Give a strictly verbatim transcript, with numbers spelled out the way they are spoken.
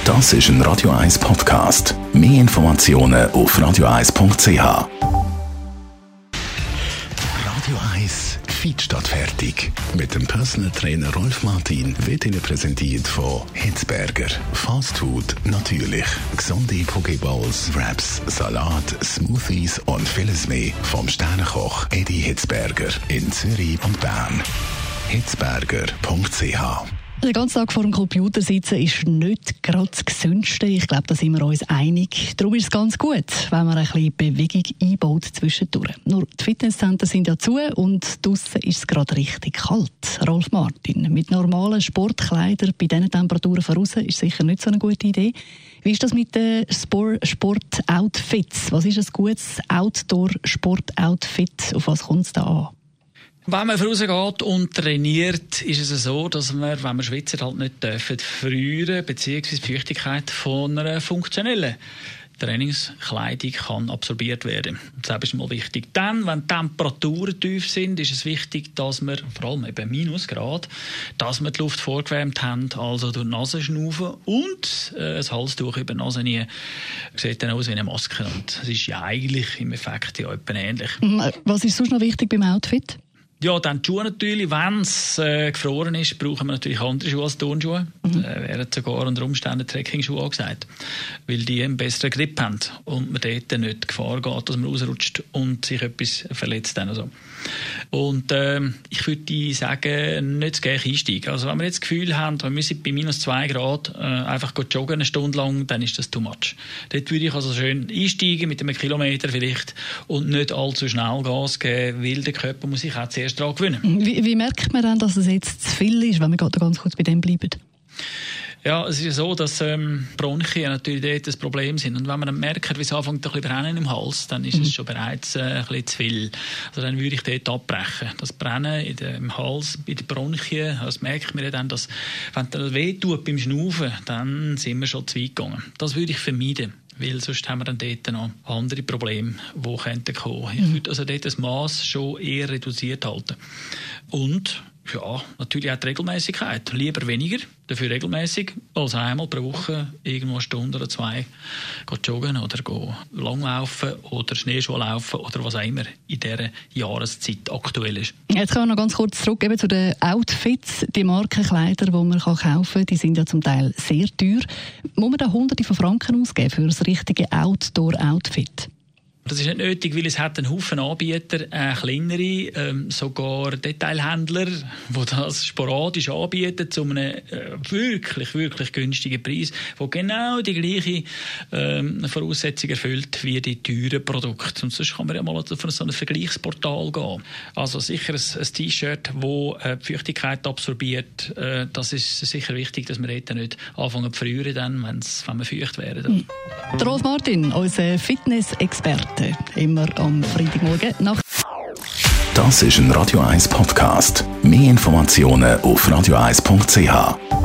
Das ist ein Radio eins Podcast. Mehr Informationen auf radio eins punkt c h. Radio eins Fit statt fertig. Mit dem Personal Trainer Rolf Martin wird Ihnen präsentiert von Hitzberger. Fast Food natürlich. Gesunde Pokeballs, Wraps, Salat, Smoothies und vieles mehr vom Sternenkoch Eddie Hitzberger in Zürich und Bern. hitzberger punkt c h. Den ganzen Tag vor dem Computer sitzen ist nicht gerade das Gesündeste. Ich glaube, da sind wir uns einig. Darum ist es ganz gut, wenn man ein bisschen Bewegung einbaut zwischendurch. Nur die Fitnesscenter sind ja zu und draussen ist es gerade richtig kalt. Rolf Martin, mit normalen Sportkleidern bei diesen Temperaturen voraus ist sicher nicht so eine gute Idee. Wie ist das mit den Sport-Outfits? Was ist ein gutes Outdoor-Sport-Outfit? Auf was kommt es da an? Wenn man rausgeht und trainiert, ist es so, dass wir, wenn wir schwitzen, halt nicht dürfen frieren bzw. die Feuchtigkeit von einer funktionellen Trainingskleidung kann absorbiert werden. Das ist mal wichtig. Dann, wenn die Temperaturen tief sind, ist es wichtig, dass wir, vor allem eben Minusgrad, dass wir die Luft vorgewärmt haben, also durch die Nase schnaufen und äh, ein Halstuch über die Nase nie. Sieht dann aus wie eine Maske und es ist ja eigentlich im Effekt ja etwa ähnlich. Was ist sonst noch wichtig beim Outfit? Ja, dann die Schuhe natürlich. Wenn es äh, gefroren ist, brauchen wir natürlich andere Schuhe als Turnschuhe. Mhm. Äh, wären sogar unter Umständen Trekking-Schuhe angesagt, weil die einen besseren Grip haben und man dort nicht Gefahr geht, dass man rausrutscht und sich etwas verletzt. Dann also. Und äh, ich würde sagen, nicht zu gleich einsteigen. Also wenn wir jetzt das Gefühl haben, wir müssen bei minus zwei Grad äh, einfach joggen eine Stunde lang, dann ist das too much. Dort würde ich also schön einsteigen mit einem Kilometer vielleicht und nicht allzu schnell Gas geben, weil der Körper muss sich auch zuerst daran gewöhnen. Wie, wie merkt man dann, dass es jetzt zu viel ist, wenn wir gerade ganz kurz bei dem bleiben? Ja, es ist ja so, dass ähm, Bronchien natürlich dort das Problem sind. Und wenn man dann merkt, wie es anfängt, ein bisschen brennen im Hals, dann ist mhm. es schon bereits äh, ein bisschen zu viel. Also dann würde ich dort abbrechen. Das Brennen in der, im Hals, bei den Bronchien, das merkt man ja dann, dass, wenn es dann weh tut beim Schnaufen, dann sind wir schon zu weit gegangen. Das würde ich vermeiden. Weil sonst haben wir dann dort noch andere Probleme, die könnten kommen. Ich würde also dort das Maß schon eher reduziert halten. Und ja, natürlich auch die Regelmäßigkeit. Lieber weniger, dafür regelmäßig, als einmal pro Woche irgendwo eine Stunde oder zwei joggen oder langlaufen oder Schneeschuh laufen oder was auch immer in dieser Jahreszeit aktuell ist. Jetzt kommen wir noch ganz kurz zurück eben zu den Outfits. Die Markenkleider, die man kaufen kann, die sind ja zum Teil sehr teuer. Muss man da Hunderte von Franken ausgeben für das richtige Outdoor-Outfit? Das ist nicht nötig, weil es hat einen Haufen Anbieter, äh, kleinere, ähm, sogar Detailhändler, die das sporadisch anbieten zu einem äh, wirklich, wirklich günstigen Preis, der genau die gleiche ähm, Voraussetzung erfüllt wie die teuren Produkte. Und sonst kann man ja mal auf so ein Vergleichsportal gehen. Also sicher ein, ein T-Shirt, das äh, die Feuchtigkeit absorbiert, äh, das ist sicher wichtig, dass wir dort nicht anfangen zu frieren, dann, wenn's, wenn wir feucht werden. Mhm. Der Rolf Martin, unser Fitness-Experte. Immer am Freitagmorgen nach. Das ist ein Radio eins Podcast. Mehr Informationen auf radio eins punkt c h.